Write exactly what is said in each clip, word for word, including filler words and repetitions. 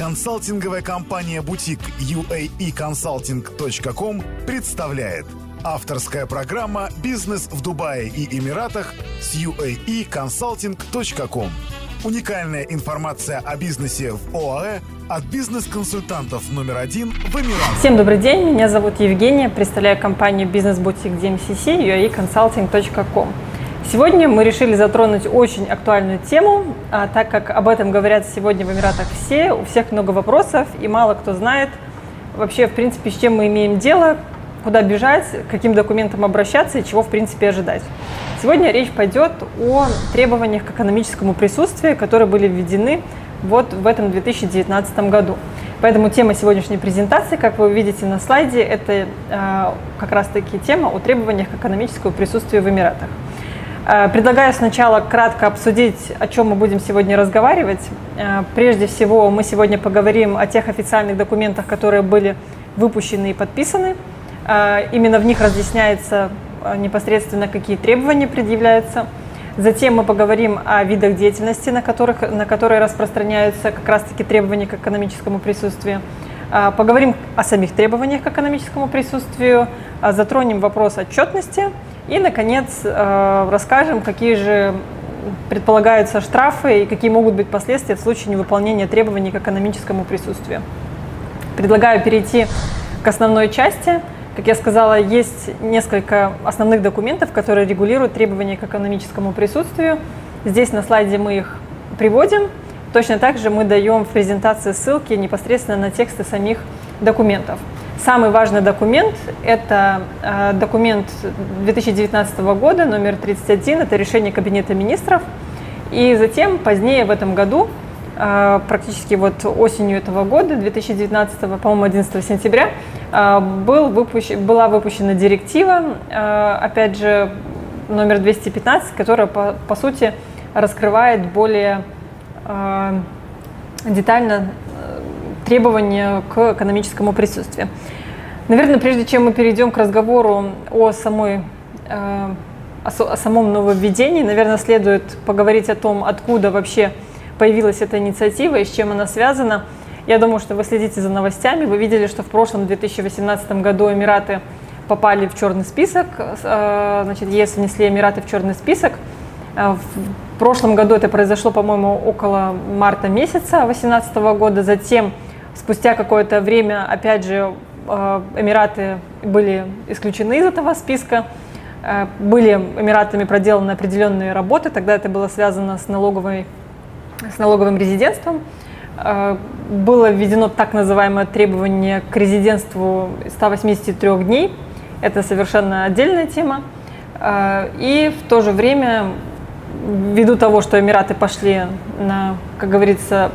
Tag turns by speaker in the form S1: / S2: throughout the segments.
S1: Консалтинговая компания «Бутик» ю эй и консалтинг точка ком представляет авторская программа «Бизнес в Дубае и Эмиратах» с ю эй и консалтинг точка ком. Уникальная информация о бизнесе в ОАЭ от бизнес-консультантов номер один в Эмиратах.
S2: Всем добрый день, меня зовут Евгения, представляю компанию «Бизнес-бутик ди эм си си» ю эй и консалтинг точка ком. Сегодня мы решили затронуть очень актуальную тему, а, так как об этом говорят сегодня в Эмиратах все, у всех много вопросов и мало кто знает вообще, в принципе, с чем мы имеем дело, куда бежать, к каким документам обращаться и чего, в принципе, ожидать. Сегодня речь пойдет о требованиях к экономическому присутствию, которые были введены вот в этом две тысячи девятнадцатом году. Поэтому тема сегодняшней презентации, как вы увидите на слайде, это э, как раз-таки тема о требованиях к экономическому присутствию в Эмиратах. Предлагаю сначала кратко обсудить, о чем мы будем сегодня разговаривать. Прежде всего, мы сегодня поговорим о тех официальных документах, которые были выпущены и подписаны. Именно в них разъясняется непосредственно, какие требования предъявляются. Затем мы поговорим о видах деятельности, на, которых, на которые распространяются как раз-таки требования к экономическому присутствию. Поговорим о самих требованиях к экономическому присутствию, затронем вопрос отчетности. И, наконец, расскажем, какие же предполагаются штрафы и какие могут быть последствия в случае невыполнения требований к экономическому присутствию. Предлагаю перейти к основной части. Как я сказала, есть несколько основных документов, которые регулируют требования к экономическому присутствию. Здесь на слайде мы их приводим. Точно так же мы даем в презентации ссылки непосредственно на тексты самих документов. Самый важный документ – это э, документ две тысячи девятнадцатого года, номер тридцать один, это решение Кабинета министров. И затем, позднее в этом году, э, практически вот осенью этого года, две тысячи девятнадцатого, по-моему, одиннадцатого сентября, э, был выпущ... была выпущена директива, э, опять же, номер двести пятнадцать, которая, по, по сути, раскрывает более э, детально требования к экономическому присутствию. Наверное, прежде чем мы перейдем к разговору о, самой, э, о, о самом нововведении, наверное, следует поговорить о том, откуда вообще появилась эта инициатива и с чем она связана. Я думаю, что вы следите за новостями. Вы видели, что в прошлом две тысячи восемнадцатом году Эмираты попали в черный список. Э, значит, ЕС внесли Эмираты в черный список. Э, в прошлом году это произошло, по-моему, около марта месяца две тысячи восемнадцатого года. Затем, спустя какое-то время, опять же, Эмираты были исключены из этого списка. Были Эмиратами проделаны определенные работы, тогда это было связано с, налоговой, с налоговым резидентством. Было введено так называемое требование к резидентству ста восьмидесяти трёх дней. Это совершенно отдельная тема. И в то же время, ввиду того, что Эмираты пошли на, как говорится,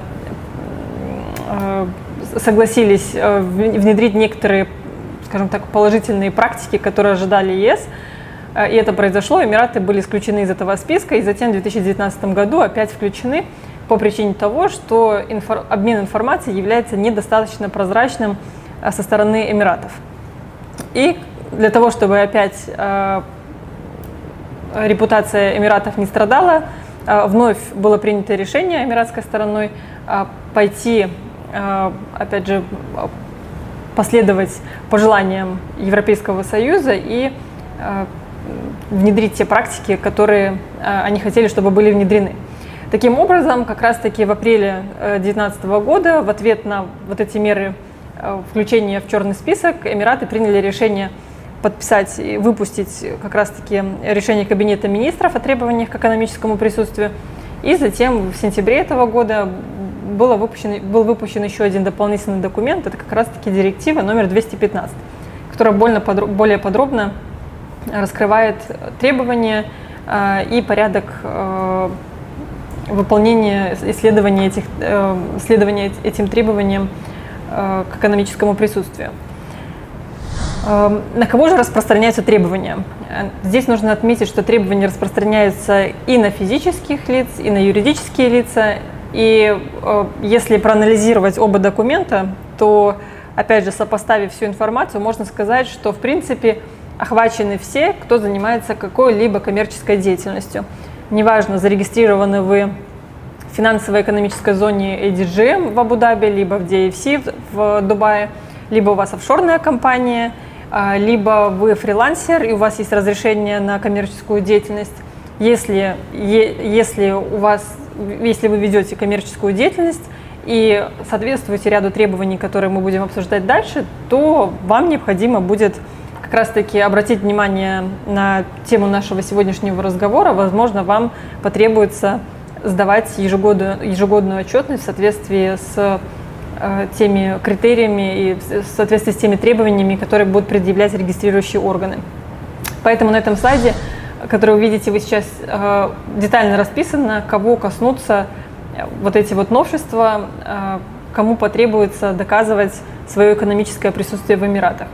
S2: согласились внедрить некоторые, скажем так, положительные практики, которые ожидали ЕС, и это произошло, Эмираты были исключены из этого списка, и затем в две тысячи девятнадцатом году опять включены по причине того, что инфор- обмен информацией является недостаточно прозрачным со стороны Эмиратов. И для того, чтобы опять э, репутация Эмиратов не страдала, э, вновь было принято решение эмиратской стороной э, пойти, опять же, последовать пожеланиям Европейского Союза и внедрить те практики, которые они хотели, чтобы были внедрены. Таким образом, как раз-таки в апреле две тысячи девятнадцатого года в ответ на вот эти меры включения в черный список Эмираты приняли решение подписать и выпустить как раз-таки решение Кабинета министров о требованиях к экономическому присутствию. И затем в сентябре этого года Было выпущен, был выпущен еще один дополнительный документ, это как раз-таки директива номер двести пятнадцать, которая более, подро, более подробно раскрывает требования э, и порядок э, выполнения, исследования, этих, э, исследования этим требованиям э, к экономическому присутствию. Э, на кого же распространяются требования? Здесь нужно отметить, что требования распространяются и на физических лиц, и на юридические лица. И э, если проанализировать оба документа, то, опять же, сопоставив всю информацию, можно сказать, что, в принципе, охвачены все, кто занимается какой-либо коммерческой деятельностью. Неважно, зарегистрированы вы финансово-экономической зоне эй ди джи эм в Абу-Даби, либо в ди эф си в Дубае, либо у вас офшорная компания, либо вы фрилансер и у вас есть разрешение на коммерческую деятельность. Если, если, у вас, если вы ведете коммерческую деятельность и соответствуете ряду требований, которые мы будем обсуждать дальше, то вам необходимо будет как раз-таки обратить внимание на тему нашего сегодняшнего разговора. Возможно, вам потребуется сдавать ежегодную, ежегодную отчетность в соответствии с э, теми критериями и в соответствии с теми требованиями, которые будут предъявлять регистрирующие органы. Поэтому на этом слайде, который вы видите, вы сейчас э, детально расписано, кого коснутся вот эти вот новшества, э, кому потребуется доказывать свое экономическое присутствие в Эмиратах.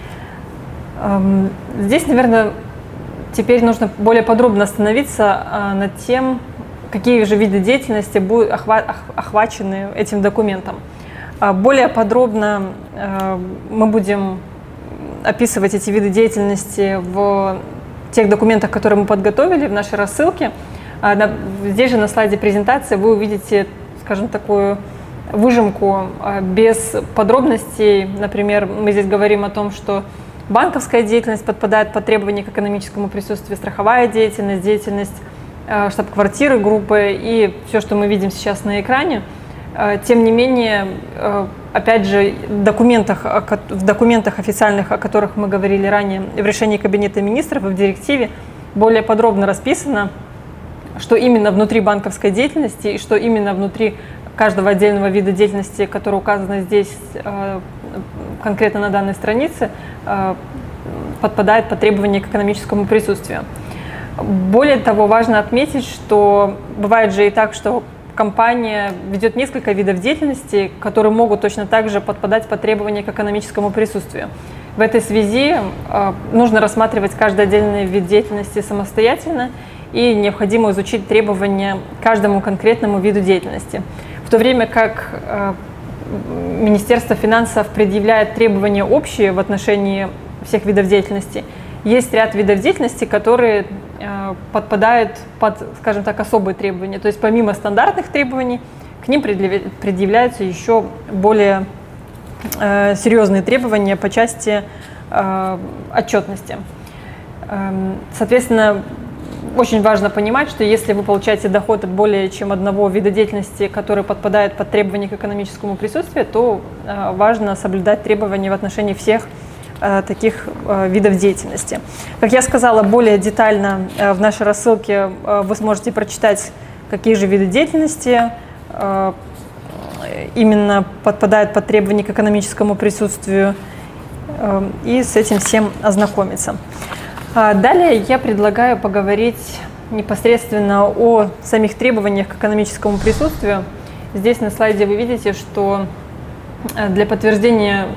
S2: Э, здесь, наверное, теперь нужно более подробно остановиться э, над тем, какие же виды деятельности будут охвачены этим документом. Более подробно мы будем описывать эти виды деятельности в тех документах, которые мы подготовили в нашей рассылке. Здесь же на слайде презентации вы увидите, скажем, такую выжимку без подробностей. Например, мы здесь говорим о том, что банковская деятельность подпадает под требования к экономическому присутствию, страховая деятельность, деятельность штаб-квартиры группы и все, что мы видим сейчас на экране. Тем не менее, опять же, в документах, в документах официальных, о которых мы говорили ранее, в решении Кабинета министров и в директиве более подробно расписано, что именно внутри банковской деятельности и что именно внутри каждого отдельного вида деятельности, который указано здесь конкретно на данной странице, подпадает под требования к экономическому присутствию. Более того, важно отметить, что бывает же и так, что компания ведет несколько видов деятельности, которые могут точно так же подпадать под требования к экономическому присутствию. В этой связи э, нужно рассматривать каждый отдельный вид деятельности самостоятельно и необходимо изучить требования к каждому конкретному виду деятельности. В то время как э, Министерство финансов предъявляет требования общие в отношении всех видов деятельности, есть ряд видов деятельности, которые э, подпадают под, скажем так, особые требования. То есть помимо стандартных требований к ним предъявляются еще более э, серьезные требования по части э, отчетности. Э, соответственно, очень важно понимать, что если вы получаете доход от более чем одного вида деятельности, который подпадает под требования к экономическому присутствию, то э, важно соблюдать требования в отношении всех таких видов деятельности. Как я сказала, более детально в нашей рассылке вы сможете прочитать, какие же виды деятельности именно подпадают под требования к экономическому присутствию, и с этим всем ознакомиться. Далее я предлагаю поговорить непосредственно о самих требованиях к экономическому присутствию. Здесь на слайде вы видите, что для подтверждения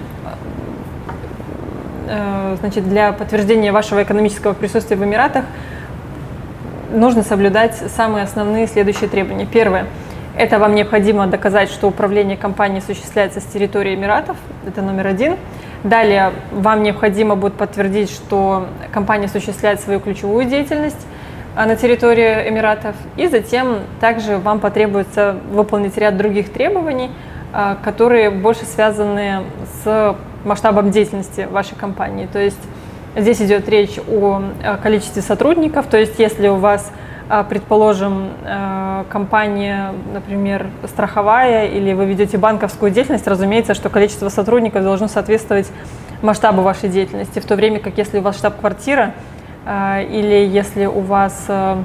S2: Значит, для подтверждения вашего экономического присутствия в Эмиратах нужно соблюдать самые основные следующие требования. Первое. Это вам необходимо доказать, что управление компанией осуществляется с территории Эмиратов. Это номер один. Далее вам необходимо будет подтвердить, что компания осуществляет свою ключевую деятельность на территории Эмиратов. И затем также вам потребуется выполнить ряд других требований, которые больше связаны с масштабом деятельности вашей компании. То есть здесь идет речь о количестве сотрудников, то есть если у вас, предположим, компания, например, страховая, или вы ведете банковскую деятельность, разумеется, что количество сотрудников должно соответствовать масштабу вашей деятельности, в то время как если у вас штаб-квартира или если у вас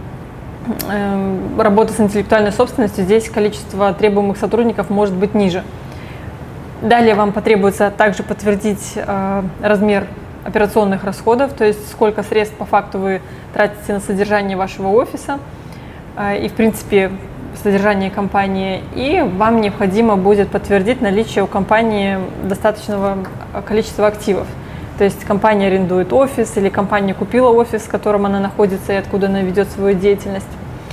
S2: работа с интеллектуальной собственностью, здесь количество требуемых сотрудников может быть ниже. Далее вам потребуется также подтвердить э, размер операционных расходов, то есть сколько средств по факту вы тратите на содержание вашего офиса э, и, в принципе, содержание компании. И вам необходимо будет подтвердить наличие у компании достаточного количества активов. То есть компания арендует офис или компания купила офис, в котором она находится и откуда она ведет свою деятельность.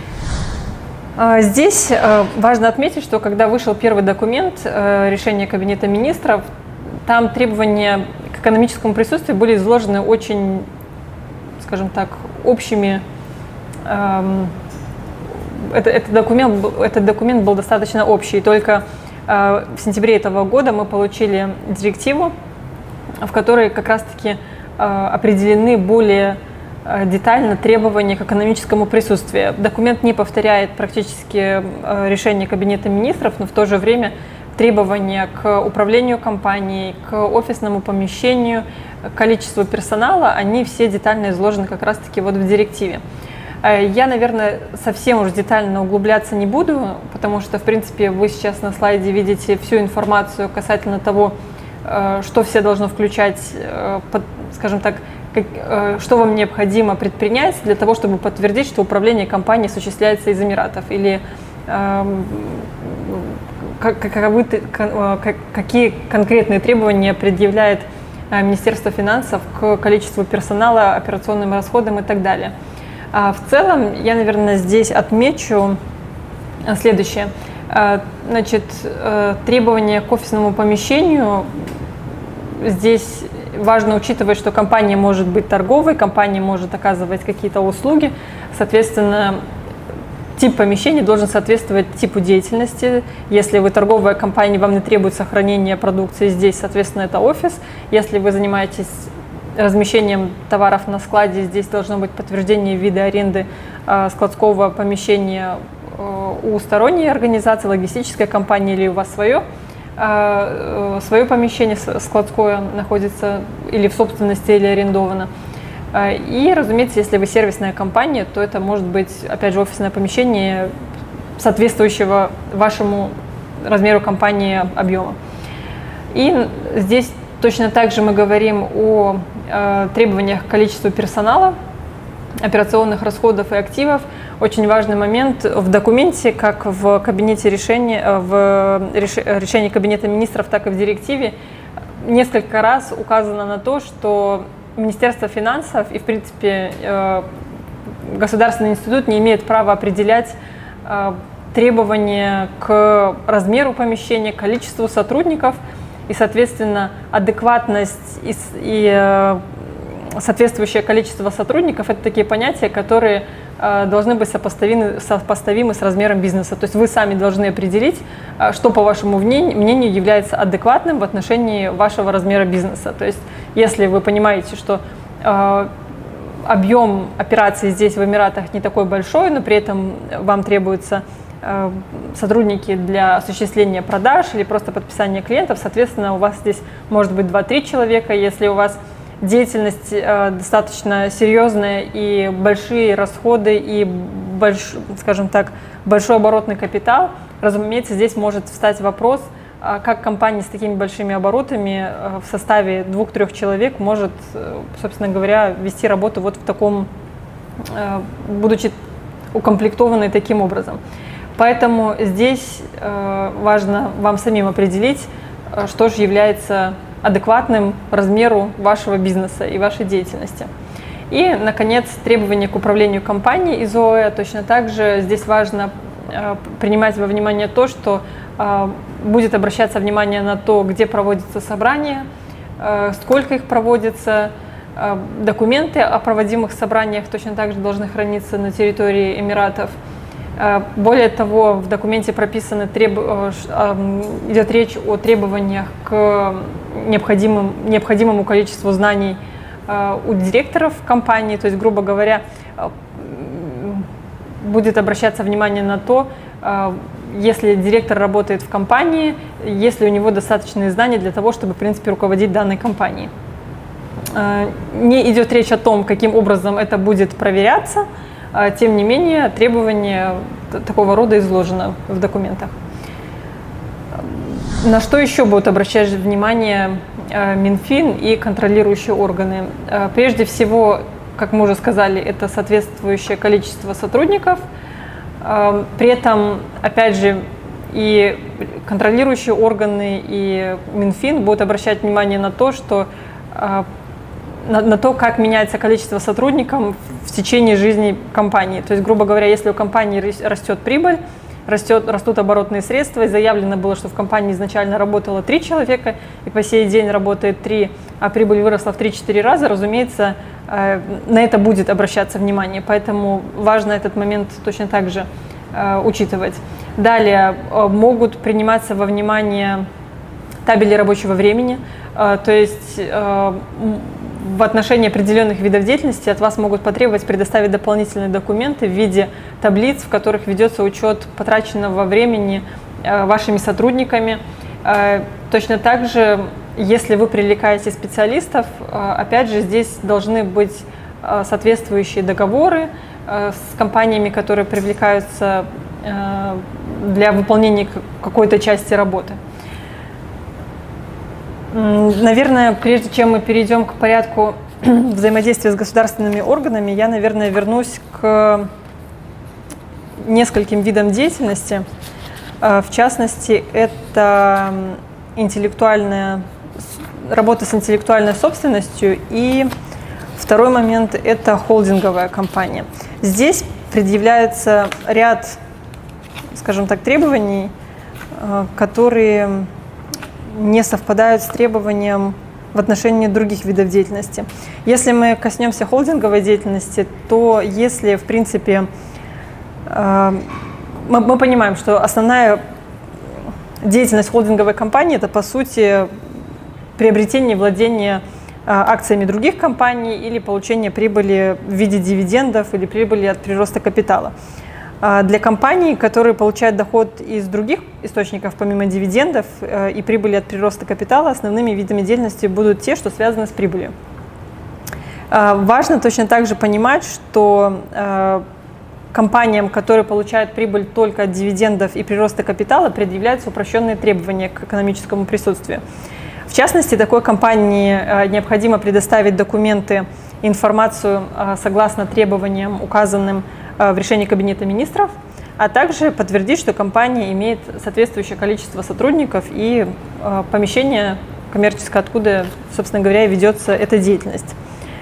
S2: Здесь важно отметить, что когда вышел первый документ, решение Кабинета министров, там требования к экономическому присутствию были изложены очень, скажем так, общими, это, этот, документ, этот документ был достаточно общий. Только э, в сентябре этого года мы получили директиву, в которой как раз-таки э, определены более э, детально требования к экономическому присутствию. Документ не повторяет практически э, решение Кабинета министров, но в то же время требования к управлению компанией, к офисному помещению, к количеству персонала, они все детально изложены как раз-таки вот в директиве. Я, наверное, совсем уж детально углубляться не буду, потому что, в принципе, вы сейчас на слайде видите всю информацию касательно того, что все должно включать, скажем так, что вам необходимо предпринять для того, чтобы подтвердить, что управление компанией осуществляется из Эмиратов, или какие конкретные требования предъявляет Министерство финансов к количеству персонала, операционным расходам и так далее. В целом, я, наверное, здесь отмечу следующее. Значит, требования к офисному помещению. Здесь важно учитывать, что компания может быть торговой, компания может оказывать какие-то услуги. Соответственно, тип помещения должен соответствовать типу деятельности. Если вы торговая компания, вам не требует сохранения продукции здесь, соответственно, это офис. Если вы занимаетесь размещением товаров на складе, здесь должно быть подтверждение вида аренды э, складского помещения э, у сторонней организации, логистической компании или у вас свое. Э, э, свое помещение складское находится или в собственности, или арендовано. Э, и, разумеется, если вы сервисная компания, то это может быть, опять же, офисное помещение соответствующего вашему размеру компании объема. И здесь точно так же мы говорим о э, требованиях к количеству персонала, операционных расходов и активов. Очень важный момент в документе, как в кабинете решения, в реш, решении Кабинета министров, так и в директиве, несколько раз указано на то, что Министерство финансов и, в принципе, э, Государственный институт не имеет права определять э, требования к размеру помещения, количеству сотрудников. И, соответственно, адекватность и, и э, соответствующее количество сотрудников – это такие понятия, которые э, должны быть сопоставимы, сопоставимы с размером бизнеса. То есть вы сами должны определить, э, что, по вашему мнению, мнению, является адекватным в отношении вашего размера бизнеса. То есть если вы понимаете, что э, объем операций здесь в Эмиратах не такой большой, но при этом вам требуется сотрудники для осуществления продаж или просто подписания клиентов, соответственно, у вас здесь может быть два-три человека. Если у вас деятельность э, достаточно серьезная и большие расходы и, больш, скажем так, большой оборотный капитал, разумеется, здесь может встать вопрос, э, как компания с такими большими оборотами э, в составе двух-трех человек может, э, собственно говоря, вести работу вот в таком, э, будучи укомплектованной таким образом. Поэтому здесь э, важно вам самим определить, э, что же является адекватным размеру вашего бизнеса и вашей деятельности. И, наконец, требования к управлению компанией из ООЭ. Точно так же здесь важно э, принимать во внимание то, что э, будет обращаться внимание на то, где проводятся собрания, э, сколько их проводится. Э, документы о проводимых собраниях точно так же должны храниться на территории Эмиратов. Более того, в документе прописано, треб... идет речь о требованиях к необходимым, необходимому количеству знаний у директоров компании, то есть, грубо говоря, будет обращаться внимание на то, если директор работает в компании, есть ли у него достаточные знания для того, чтобы, в принципе, руководить данной компанией. Не идет речь о том, каким образом это будет проверяться. Тем не менее, требования такого рода изложены в документах. На что еще будут обращать внимание Минфин и контролирующие органы? Прежде всего, как мы уже сказали, это соответствующее количество сотрудников. При этом, опять же, и контролирующие органы, и Минфин будут обращать внимание на то, что На, на то, как меняется количество сотрудников в течение жизни компании. То есть, грубо говоря, если у компании растет прибыль, растет, растут оборотные средства, и заявлено было, что в компании изначально работало три человека, и по сей день работает три, а прибыль выросла в три-четыре раза, разумеется, на это будет обращаться внимание. Поэтому важно этот момент точно так же учитывать. Далее могут приниматься во внимание табели рабочего времени, то есть в отношении определенных видов деятельности от вас могут потребовать предоставить дополнительные документы в виде таблиц, в которых ведется учет потраченного времени вашими сотрудниками. Точно так же, если вы привлекаете специалистов, опять же, здесь должны быть соответствующие договоры с компаниями, которые привлекаются для выполнения какой-то части работы. Наверное, прежде чем мы перейдем к порядку взаимодействия с государственными органами, я, наверное, вернусь к нескольким видам деятельности. В частности, это интеллектуальная, работа с интеллектуальной собственностью, и второй момент – это холдинговая компания. Здесь предъявляется ряд, скажем так, требований, которые не совпадают с требованием в отношении других видов деятельности. Если мы коснемся холдинговой деятельности, то если, в принципе, мы, мы понимаем, что основная деятельность холдинговой компании – это, по сути, приобретение и владение акциями других компаний или получение прибыли в виде дивидендов или прибыли от прироста капитала. Для компаний, которые получают доход из других источников, помимо дивидендов и прибыли от прироста капитала, основными видами деятельности будут те, что связаны с прибылью. Важно точно так же понимать, что компаниям, которые получают прибыль только от дивидендов и прироста капитала, предъявляются упрощенные требования к экономическому присутствию. В частности, такой компании необходимо предоставить документы, информацию согласно требованиям, указанным в решении Кабинета министров, а также подтвердить, что компания имеет соответствующее количество сотрудников и э, помещение коммерческое, откуда, собственно говоря, и ведется эта деятельность.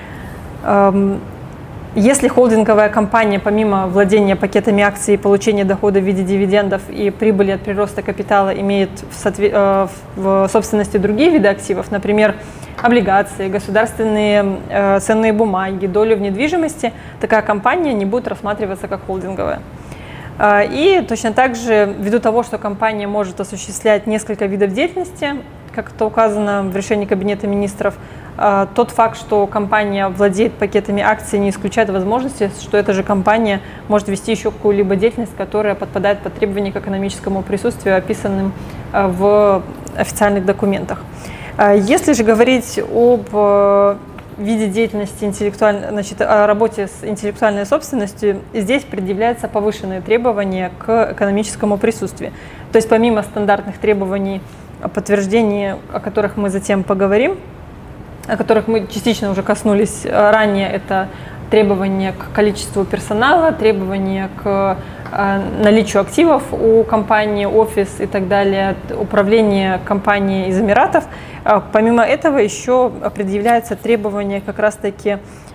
S2: Эм, если холдинговая компания, помимо владения пакетами акций и получения дохода в виде дивидендов и прибыли от прироста капитала, имеет в, соотве- э, в собственности другие виды активов, например, облигации, государственные э, ценные бумаги, долю в недвижимости, такая компания не будет рассматриваться как холдинговая. Э, и точно так же, ввиду того, что компания может осуществлять несколько видов деятельности, как это указано в решении Кабинета министров, э, тот факт, что компания владеет пакетами акций, не исключает возможности, что эта же компания может вести еще какую-либо деятельность, которая подпадает под требования к экономическому присутствию, описанным э, в официальных документах. Если же говорить об виде деятельности интеллектуальной, значит, о работе с интеллектуальной собственностью, здесь предъявляются повышенные требования к экономическому присутствию. То есть помимо стандартных требований подтверждения, о которых мы затем поговорим, о которых мы частично уже коснулись ранее, это требования к количеству персонала, требования к наличию активов у компании, офис и так далее, управление компанией из Эмиратов. Помимо этого еще предъявляется требование как раз-таки,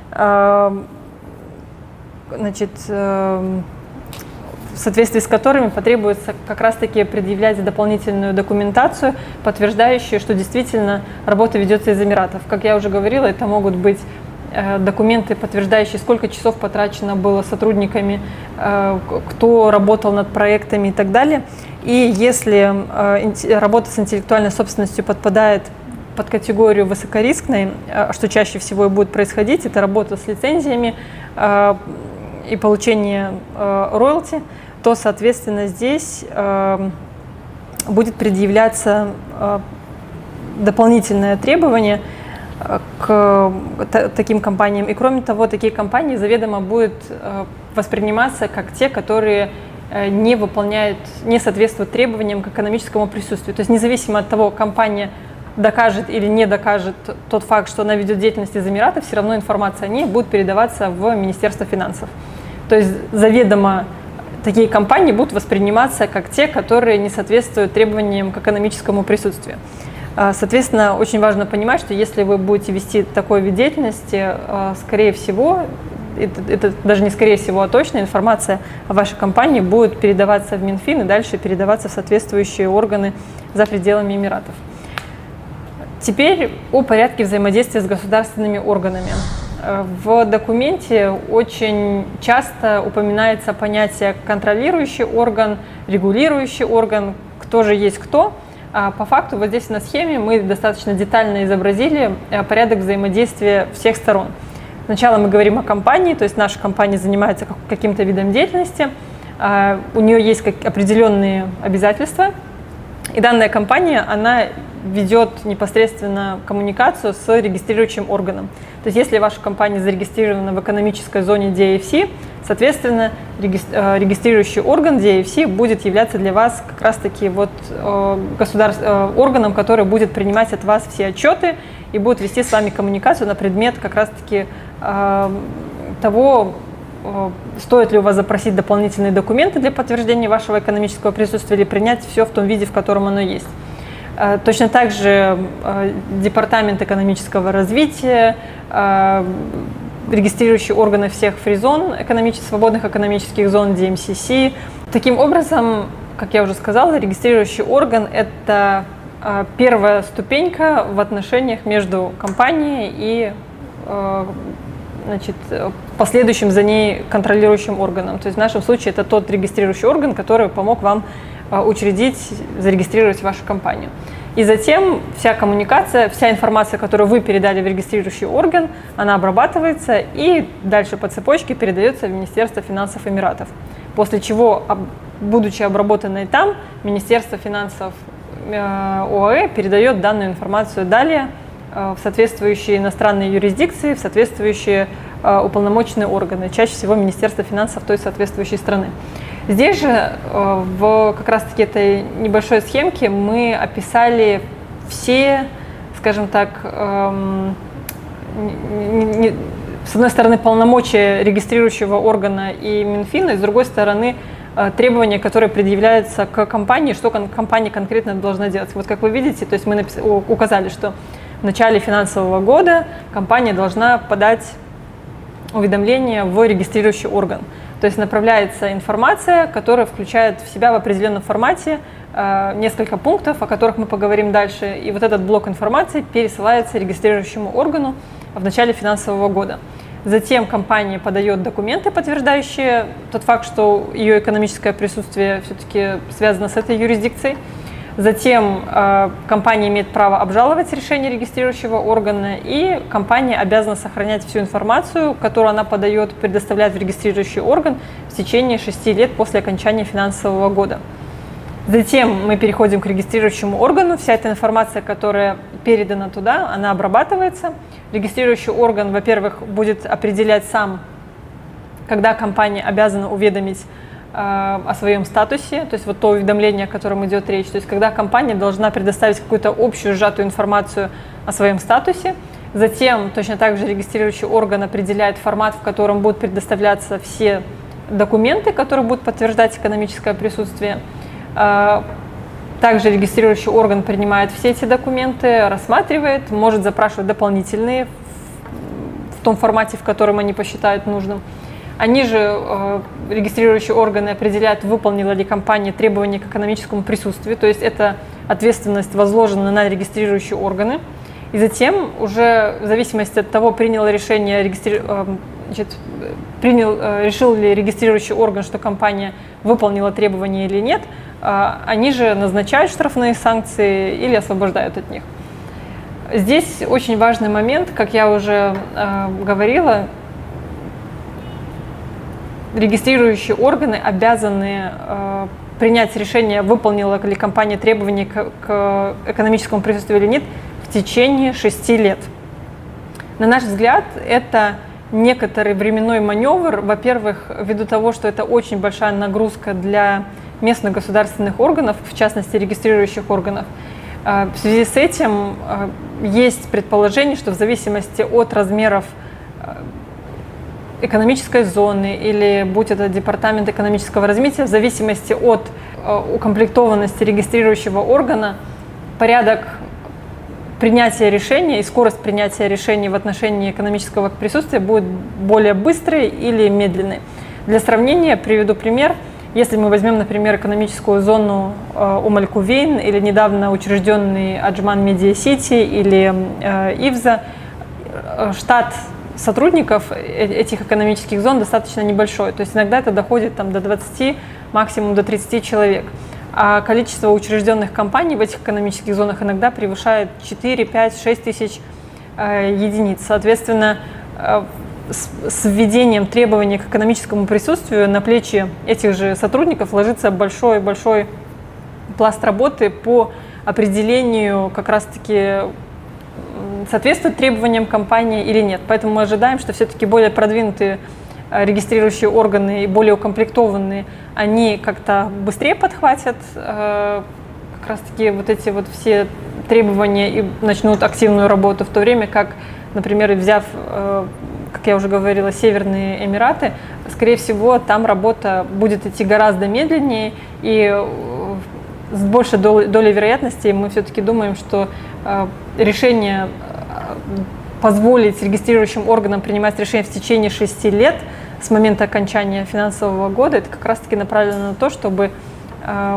S2: значит, в соответствии с которыми потребуется как раз-таки предъявлять дополнительную документацию, подтверждающую, что действительно работа ведется из Эмиратов. Как я уже говорила, это могут быть документы, подтверждающие, сколько часов потрачено было сотрудниками, кто работал над проектами и так далее. И если работа с интеллектуальной собственностью подпадает под категорию высокорискной, что чаще всего и будет происходить, это работа с лицензиями и получение роялти, то, соответственно, здесь будет предъявляться дополнительное требование к таким компаниям. И кроме того, такие компании заведомо будут восприниматься как те, которые не выполняют, не соответствуют требованиям к экономическому присутствию. То есть независимо от того, компания докажет или не докажет тот факт, что она ведет деятельность из Эмиратов, все равно информация о ней будет передаваться в Министерство финансов. То есть заведомо такие компании будут восприниматься как те, которые не соответствуют требованиям к экономическому присутствию. Соответственно, очень важно понимать, что если вы будете вести такой вид деятельности, скорее всего, это, это даже не скорее всего, а точно, информация о вашей компании будет передаваться в Минфин и дальше передаваться в соответствующие органы за пределами Эмиратов. Теперь о порядке взаимодействия с государственными органами. В документе очень часто упоминается понятие контролирующий орган, регулирующий орган, кто же есть кто. А по факту вот здесь на схеме мы достаточно детально изобразили порядок взаимодействия всех сторон. Сначала мы говорим о компании, то есть наша компания занимается каким-то видом деятельности, у нее есть определенные обязательства, и данная компания, она ведет непосредственно коммуникацию с регистрирующим органом. То есть если ваша компания зарегистрирована в экономической зоне ди эф си, соответственно, регистрирующий орган ди эф си будет являться для вас как раз-таки вот государств, органом, который будет принимать от вас все отчеты и будет вести с вами коммуникацию на предмет как раз-таки того, стоит ли у вас запросить дополнительные документы для подтверждения вашего экономического присутствия или принять все в том виде, в котором оно есть. Точно так же Департамент экономического развития, регистрирующие органы всех фри-зон, экономических, свободных экономических зон, ди эм си си. Таким образом, как я уже сказала, регистрирующий орган – это первая ступенька в отношениях между компанией и, значит, последующим за ней контролирующим органом. То есть в нашем случае это тот регистрирующий орган, который помог вам учредить, зарегистрировать вашу компанию. И затем вся коммуникация, вся информация, которую вы передали в регистрирующий орган, она обрабатывается и дальше по цепочке передается в Министерство финансов Эмиратов. После чего, будучи обработанной там, Министерство финансов ОАЭ передает данную информацию далее в соответствующие иностранные юрисдикции, в соответствующие уполномоченные органы, чаще всего Министерство финансов той соответствующей страны. Здесь же в как раз-таки этой небольшой схемке мы описали все, скажем так, эм, не, не, с одной стороны полномочия регистрирующего органа и Минфина, и с другой стороны требования, которые предъявляются к компании, что компания конкретно должна делать. Вот как вы видите, то есть мы напис... указали, что в начале финансового года компания должна подать уведомление в регистрирующий орган. То есть направляется информация, которая включает в себя в определенном формате э, несколько пунктов, о которых мы поговорим дальше. И вот этот блок информации пересылается регистрирующему органу в начале финансового года. Затем компания подает документы, подтверждающие тот факт, что ее экономическое присутствие все-таки связано с этой юрисдикцией. Затем э, компания имеет право обжаловать решение регистрирующего органа, и компания обязана сохранять всю информацию, которую она подает, предоставляет в регистрирующий орган в течение шести лет после окончания финансового года. Затем мы переходим к регистрирующему органу. Вся эта информация, которая передана туда, она обрабатывается. Регистрирующий орган, во-первых, будет определять сам, когда компания обязана уведомить о своем статусе, то есть вот то уведомление, о котором идет речь, то есть когда компания должна предоставить какую-то общую сжатую информацию о своем статусе. Затем точно так же регистрирующий орган определяет формат, в котором будут предоставляться все документы, которые будут подтверждать экономическое присутствие. Также регистрирующий орган принимает все эти документы, рассматривает, может запрашивать дополнительные в том формате, в котором они посчитают нужным. Они же, э, регистрирующие органы, определяют, выполнила ли компания требования к экономическому присутствию, то есть эта ответственность возложена на регистрирующие органы. И затем уже в зависимости от того, приняло решение, регистри... э, значит, принял, э, решил ли регистрирующий орган, что компания выполнила требования или нет, э, они же назначают штрафные санкции или освобождают от них. Здесь очень важный момент, как я уже э, говорила, регистрирующие органы обязаны э, принять решение, выполнила ли компания требования к, к экономическому присутствию или нет, в течение шести лет. На наш взгляд, это некоторый временной маневр, во-первых, ввиду того, что это очень большая нагрузка для местных государственных органов, в частности регистрирующих органов. Э, в связи с этим э, есть предположение, что в зависимости от размеров э, экономической зоны или будь это департамент экономического развития, в зависимости от э, укомплектованности регистрирующего органа, порядок принятия решения и скорость принятия решений в отношении экономического присутствия будет более быстрой или медленной. Для сравнения приведу пример. Если мы возьмем, например, экономическую зону э, Ум-Аль-Кувейн или недавно учрежденный Аджман Медиа Сити или э, Ивза, штат сотрудников этих экономических зон достаточно небольшое. То есть иногда это доходит там, до двадцати, максимум до тридцати человек. А количество учрежденных компаний в этих экономических зонах иногда превышает четыре, пять, шесть тысяч э, единиц. Соответственно, э, с, с введением требований к экономическому присутствию на плечи этих же сотрудников ложится большой-большой пласт работы по определению как раз-таки соответствует требованиям компании или нет. Поэтому мы ожидаем, что все-таки более продвинутые регистрирующие органы и более укомплектованные, они как-то быстрее подхватят э, как раз-таки вот эти вот все требования и начнут активную работу, в то время как, например, взяв, э, как я уже говорила, Северные Эмираты, скорее всего, там работа будет идти гораздо медленнее, и э, с большей долей, долей вероятности мы все-таки думаем, что э, решение позволить регистрирующим органам принимать решения в течение шести лет с момента окончания финансового года, это как раз-таки направлено на то, чтобы э,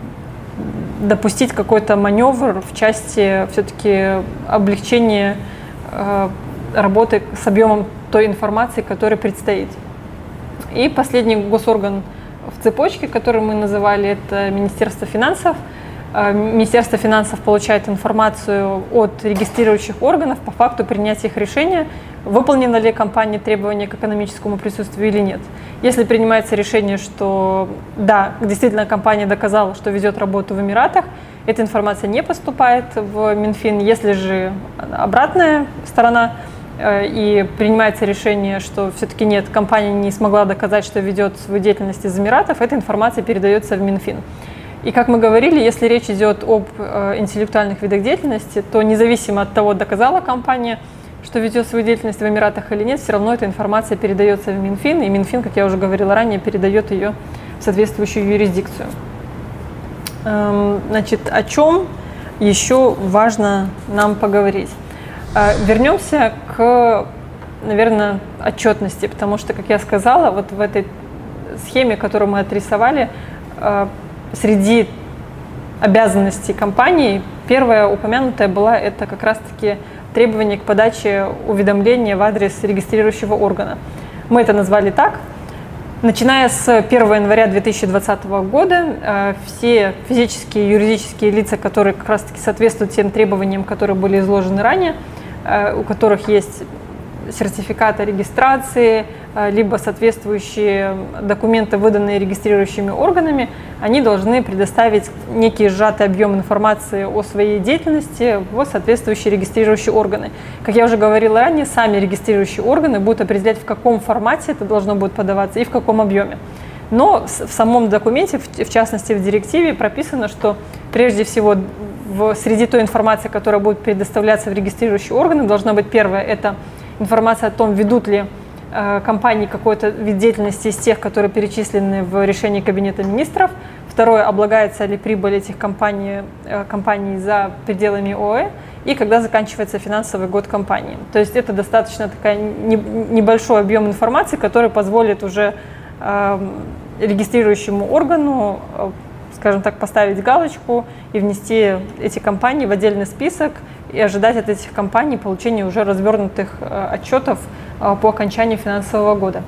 S2: допустить какой-то маневр в части все-таки облегчения э, работы с объемом той информации, которая предстоит. И последний госорган в цепочке, который мы называли, это Министерство финансов. Министерство финансов получает информацию от регистрирующих органов по факту принятия их решения, выполнено ли компания требования к экономическому присутствию или нет. Если принимается решение, что да, действительно компания доказала, что ведет работу в Эмиратах, эта информация не поступает в Минфин. Если же обратная сторона и принимается решение, что все-таки нет, компания не смогла доказать, что ведет свою деятельность из Эмиратов, эта информация передается в Минфин. И как мы говорили, если речь идет об э, интеллектуальных видах деятельности, то независимо от того, доказала компания, что ведет свою деятельность в Эмиратах или нет, все равно эта информация передается в Минфин, и Минфин, как я уже говорила ранее, передает ее в соответствующую юрисдикцию. Эм, значит, о чем еще важно нам поговорить? Э, вернемся к, наверное, отчетности, потому что, как я сказала, вот в этой схеме, которую мы отрисовали, э, среди обязанностей компании первая упомянутая была это как раз-таки требование к подаче уведомления в адрес регистрирующего органа. Мы это назвали так. Начиная с первого января две тысячи двадцатого года все физические и юридические лица, которые как раз-таки соответствуют тем требованиям, которые были изложены ранее, у которых есть сертификат о регистрации, либо соответствующие документы, выданные регистрирующими органами, они должны предоставить некий сжатый объем информации о своей деятельности в соответствующие регистрирующие органы. Как я уже говорила ранее, сами регистрирующие органы будут определять, в каком формате это должно будет подаваться и в каком объеме. Но в самом документе, в частности в директиве, прописано, что прежде всего в, среди той информации, которая будет предоставляться в регистрирующие органы, должно быть первое – это информация о том, ведут ли э, компании какой-то вид деятельности из тех, которые перечислены в решении Кабинета министров. Второе, облагается ли прибыль этих компаний, э, компаний за пределами ОЭ и когда заканчивается финансовый год компании. То есть это достаточно такая не, небольшой объем информации, который позволит уже э, регистрирующему органу, э, скажем так, поставить галочку и внести эти компании в отдельный список и ожидать от этих компаний получения уже развернутых э, отчетов э, по окончанию финансового года.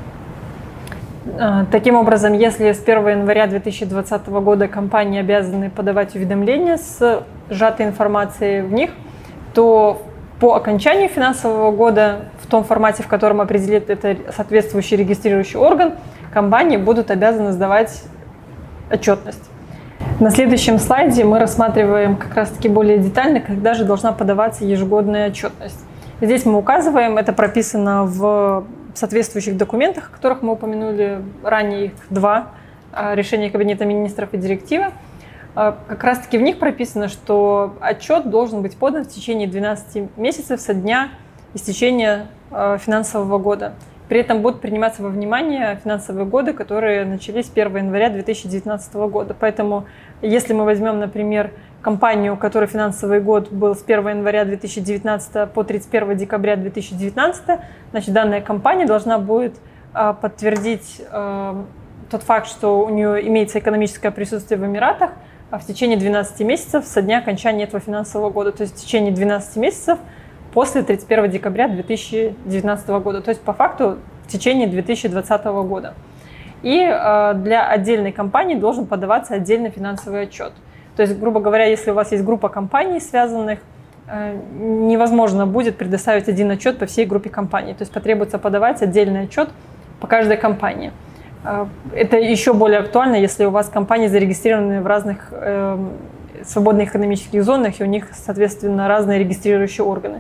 S2: Э, таким образом, если с первого января две тысячи двадцатого года компании обязаны подавать уведомления с сжатой информацией в них, то по окончанию финансового года, в том формате, в котором определит это соответствующий регистрирующий орган, компании будут обязаны сдавать отчетность. На следующем слайде мы рассматриваем как раз-таки более детально, когда же должна подаваться ежегодная отчетность. Здесь мы указываем, это прописано в соответствующих документах, о которых мы упомянули ранее, их два, решение Кабинета министров и директива. Как раз-таки в них прописано, что отчет должен быть подан в течение двенадцати месяцев со дня истечения финансового года. При этом будут приниматься во внимание финансовые годы, которые начались с первого января две тысячи девятнадцатого года. Поэтому, если мы возьмем, например, компанию, у которой финансовый год был с первого января две тысячи девятнадцатого по тридцать первого декабря две тысячи девятнадцатого, значит, данная компания должна будет э, подтвердить э, тот факт, что у нее имеется экономическое присутствие в Эмиратах в течение двенадцати месяцев со дня окончания этого финансового года. То есть в течение двенадцати месяцев после тридцать первого декабря две тысячи девятнадцатого года, то есть по факту в течение две тысячи двадцатого года. И э, для отдельной компании должен подаваться отдельный финансовый отчет. То есть, грубо говоря, если у вас есть группа компаний связанных, э, невозможно будет предоставить один отчет по всей группе компаний. То есть потребуется подавать отдельный отчет по каждой компании. Э, это еще более актуально, если у вас компании зарегистрированы в разных э, свободных экономических зонах, и у них, соответственно, разные регистрирующие органы.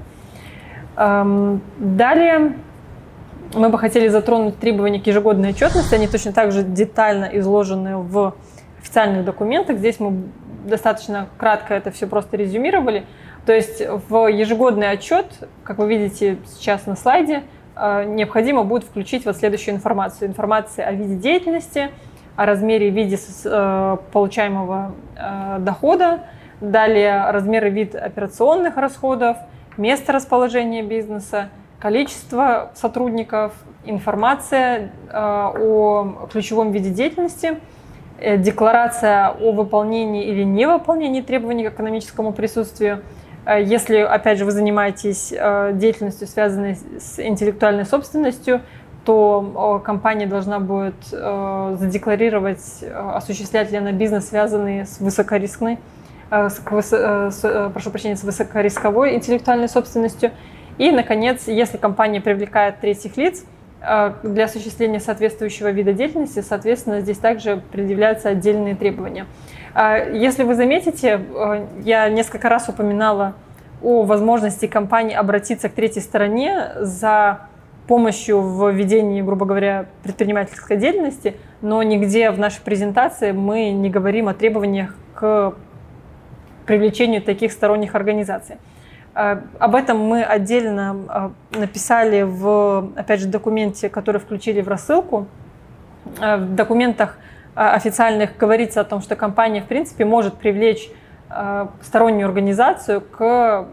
S2: Э, далее мы бы хотели затронуть требования к ежегодной отчетности. Они точно так же детально изложены в официальных документах. Здесь мы достаточно кратко это все просто резюмировали. То есть в ежегодный отчет, как вы видите сейчас на слайде, необходимо будет включить вот следующую информацию. Информация о виде деятельности, о размере и виде получаемого дохода, далее размер и вид операционных расходов, место расположения бизнеса, количество сотрудников, информация э, о ключевом виде деятельности, э, декларация о выполнении или невыполнении требований к экономическому присутствию. Э, если, опять же, вы занимаетесь э, деятельностью, связанной с интеллектуальной собственностью, то э, компания должна будет э, задекларировать, э, осуществлять ли она бизнес, связанный с высокорискной, э, с, э, с, э, прошу прощения, с высокорисковой интеллектуальной собственностью. И, наконец, если компания привлекает третьих лиц для осуществления соответствующего вида деятельности, соответственно, здесь также предъявляются отдельные требования. Если вы заметите, я несколько раз упоминала о возможности компании обратиться к третьей стороне за помощью в ведении, грубо говоря, предпринимательской деятельности, но нигде в нашей презентации мы не говорим о требованиях к привлечению таких сторонних организаций. Об этом мы отдельно написали в, опять же, документе, который включили в рассылку. В документах официальных говорится о том, что компания, в принципе, может привлечь стороннюю организацию к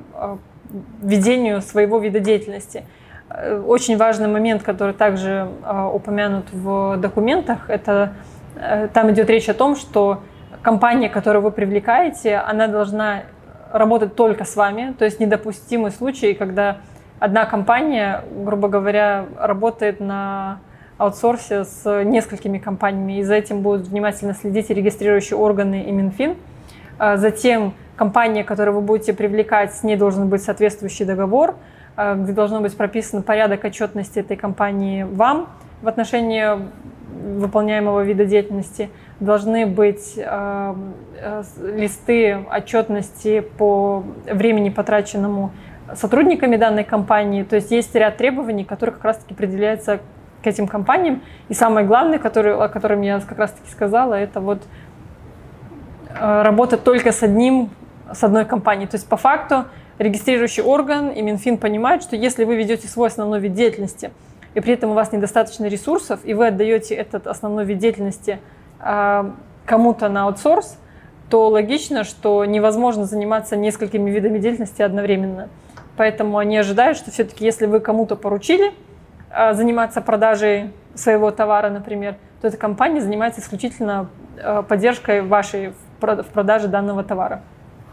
S2: ведению своего вида деятельности. Очень важный момент, который также упомянут в документах, это там идет речь о том, что компания, которую вы привлекаете, она должна работать только с вами, то есть недопустимый случай, когда одна компания, грубо говоря, работает на аутсорсе с несколькими компаниями, и за этим будут внимательно следить и регистрирующие органы и Минфин. Затем компания, которую вы будете привлекать, с ней должен быть соответствующий договор, где должно быть прописан порядок отчетности этой компании вам в отношении выполняемого вида деятельности. Должны быть э, э, листы отчетности по времени, потраченному сотрудниками данной компании. То есть есть ряд требований, которые как раз-таки определяются к этим компаниям. И самое главное, который, о котором я как раз-таки сказала, это вот э, работать только с одним, с одной компанией. То есть по факту регистрирующий орган и Минфин понимают, что если вы ведете свой основной вид деятельности, и при этом у вас недостаточно ресурсов, и вы отдаете этот основной вид деятельности кому-то на аутсорс, то логично, что невозможно заниматься несколькими видами деятельности одновременно. Поэтому они ожидают, что все-таки если вы кому-то поручили заниматься продажей своего товара, например, то эта компания занимается исключительно поддержкой вашей в продаже данного товара.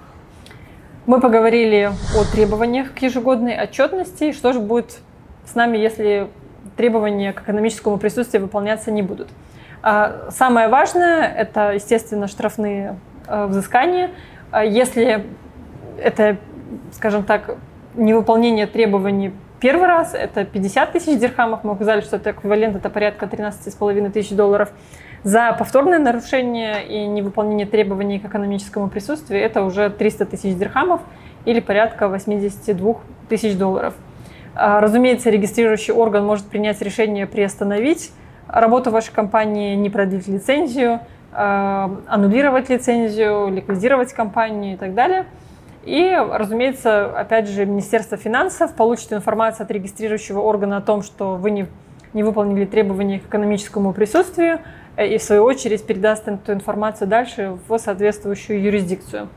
S2: Мы поговорили о требованиях к ежегодной отчетности. Что же будет с нами, если требования к экономическому присутствию выполняться не будут? Самое важное – это, естественно, штрафные взыскания. Если это, скажем так, невыполнение требований первый раз, это пятьдесят тысяч дирхамов. Мы указали, что это эквивалент, это порядка тринадцать с половиной тысяч долларов. За повторное нарушение и невыполнение требований к экономическому присутствию это уже триста тысяч дирхамов или порядка восемьдесят два тысяч долларов. Разумеется, регистрирующий орган может принять решение приостановить работу вашей компании, не продлить лицензию, аннулировать лицензию, ликвидировать компанию и так далее. И, разумеется, опять же, Министерство финансов получит информацию от регистрирующего органа о том, что вы не, не выполнили требования к экономическому присутствию, и, в свою очередь, передаст эту информацию дальше в соответствующую юрисдикцию.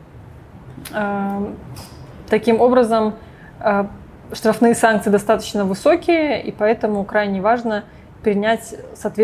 S2: Таким образом, штрафные санкции достаточно высокие, и поэтому крайне важно принять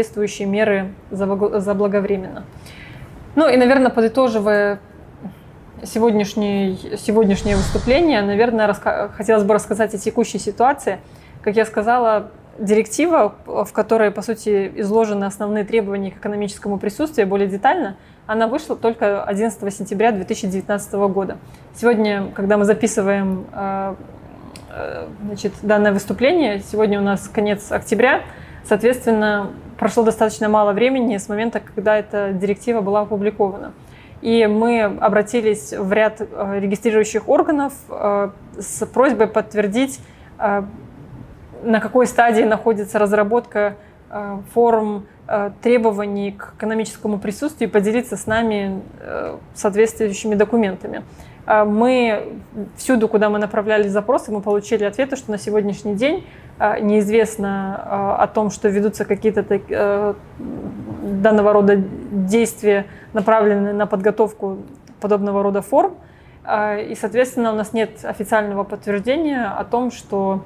S2: соответствующие меры заблаговременно. Ну и, наверное, подытоживая сегодняшний, сегодняшнее выступление, наверное, раска- хотелось бы рассказать о текущей ситуации. Как я сказала, директива, в которой, по сути, изложены основные требования к экономическому присутствию более детально, она вышла только одиннадцатого сентября две тысячи девятнадцатого года. Сегодня, когда мы записываем значит, данное выступление, сегодня у нас конец октября, соответственно, прошло достаточно мало времени с момента, когда эта директива была опубликована. И мы обратились в ряд регистрирующих органов с просьбой подтвердить, на какой стадии находится разработка форм требований к экономическому присутствию и поделиться с нами соответствующими документами. Мы всюду, куда мы направляли запросы, мы получили ответы, что на сегодняшний день неизвестно о том, что ведутся какие-то данного рода действия, направленные на подготовку подобного рода форм. И, соответственно, у нас нет официального подтверждения о том, что,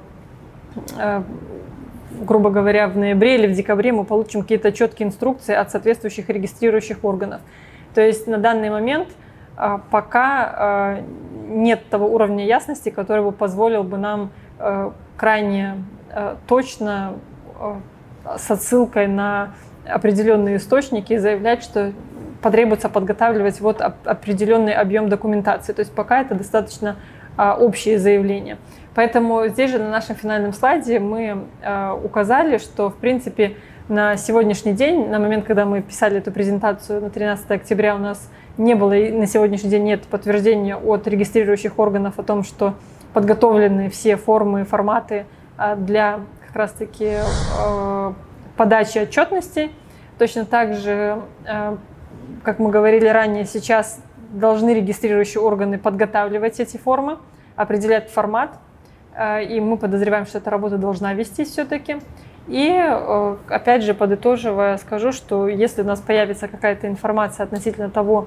S2: грубо говоря, в ноябре или в декабре мы получим какие-то четкие инструкции от соответствующих регистрирующих органов. То есть на данный момент пока нет того уровня ясности, который бы позволил бы нам крайне точно с отсылкой на определенные источники заявлять, что потребуется подготавливать вот определенный объем документации. То есть пока это достаточно общие заявления. Поэтому здесь же на нашем финальном слайде мы указали, что в принципе на сегодняшний день, на момент, когда мы писали эту презентацию на тринадцатое октября, у нас не было и на сегодняшний день нет подтверждения от регистрирующих органов о том, что подготовлены все формы и форматы для как раз-таки подачи отчетностей. Точно так же, как мы говорили ранее, сейчас должны регистрирующие органы подготавливать эти формы, определять формат, и мы подозреваем, что эта работа должна вестись все-таки. И, опять же, подытоживая, скажу, что если у нас появится какая-то информация относительно того,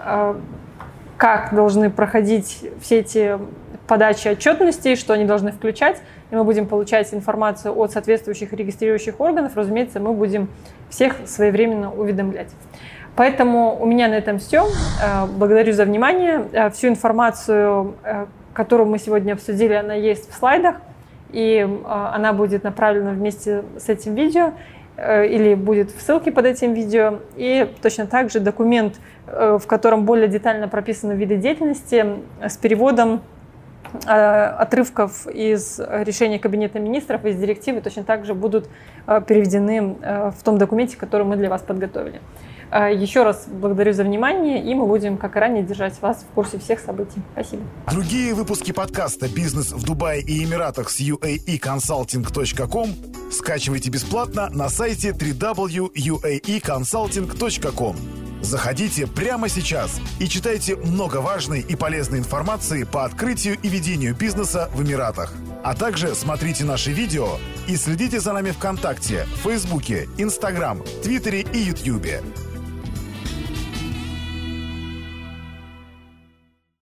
S2: как должны проходить все эти подачи отчетностей, что они должны включать, и мы будем получать информацию от соответствующих регистрирующих органов, разумеется, мы будем всех своевременно уведомлять. Поэтому у меня на этом все. Благодарю за внимание. Всю информацию, которую мы сегодня обсудили, она есть в слайдах, и она будет направлена вместе с этим видео или будет в ссылке под этим видео. И точно так же документ, в котором более детально прописаны виды деятельности с переводом отрывков из решения Кабинета министров, из директивы, точно так же будут переведены в том документе, который мы для вас подготовили. Еще раз благодарю за внимание, и мы будем, как и ранее, держать вас в курсе всех событий. Спасибо.
S1: Другие выпуски подкаста «Бизнес в Дубае и Эмиратах» с ю эй и консалтинг точка ком скачивайте бесплатно на сайте дабл ю дабл ю дабл ю точка ю эй и консалтинг точка ком. Заходите прямо сейчас и читайте много важной и полезной информации по открытию и ведению бизнеса в Эмиратах. А также смотрите наши видео и следите за нами ВКонтакте, Фейсбуке, Инстаграм, Твиттере и Ютьюбе.